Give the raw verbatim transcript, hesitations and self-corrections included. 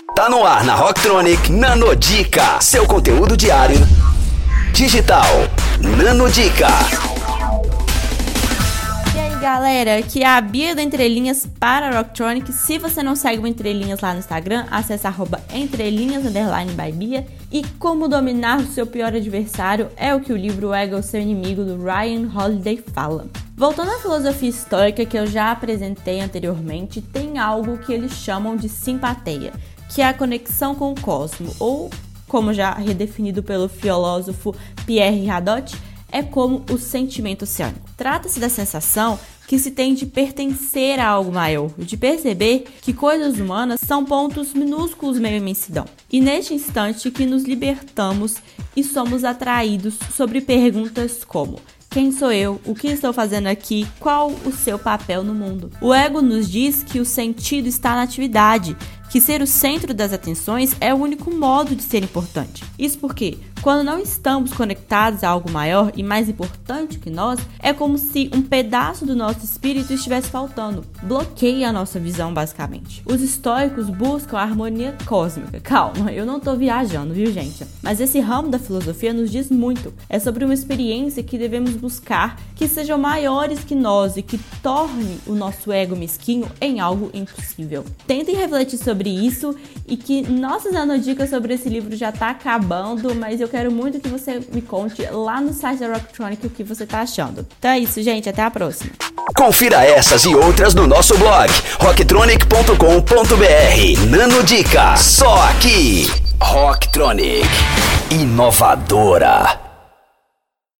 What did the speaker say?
Tá no ar na Rocktronic Nanodica, seu conteúdo diário digital. Nanodica. E aí galera, aqui é a Bia do Entrelinhas para a Rocktronic. Se você não segue o Entrelinhas lá no Instagram, acessa arroba entrelinhas underline by Bia. E Como Dominar o Seu Pior Adversário é o que o livro O Ego, Seu Inimigo, do Ryan Holiday, fala. Voltando à filosofia estoica que eu já apresentei anteriormente, tem algo que eles chamam de simpatia, que é a conexão com o cosmo, ou, como já redefinido pelo filósofo Pierre Hadot, é como o sentimento oceânico. Trata-se da sensação que se tem de pertencer a algo maior, de perceber que coisas humanas são pontos minúsculos meio imensidão. E neste instante que nos libertamos e somos atraídos sobre perguntas como: quem sou eu? O que estou fazendo aqui? Qual o seu papel no mundo? O ego nos diz que o sentido está na atividade, que ser o centro das atenções é o único modo de ser importante. Isso porque, quando não estamos conectados a algo maior e mais importante que nós, é como se um pedaço do nosso espírito estivesse faltando. Bloqueia a nossa visão, basicamente. Os estoicos buscam a harmonia cósmica. Calma, eu não tô viajando, viu, gente? Mas esse ramo da filosofia nos diz muito. É sobre uma experiência que devemos buscar que sejam maiores que nós e que torne o nosso ego mesquinho em algo impossível. Tentem refletir sobre isso e que nossas nanodicas sobre esse livro já tá acabando, mas eu quero muito que você me conte lá no site da Rocktronic o que você tá achando. Então é isso, gente, até a próxima. Confira essas e outras no nosso blog rocktronic ponto com ponto br. Nanodica, só aqui. Rocktronic, inovadora.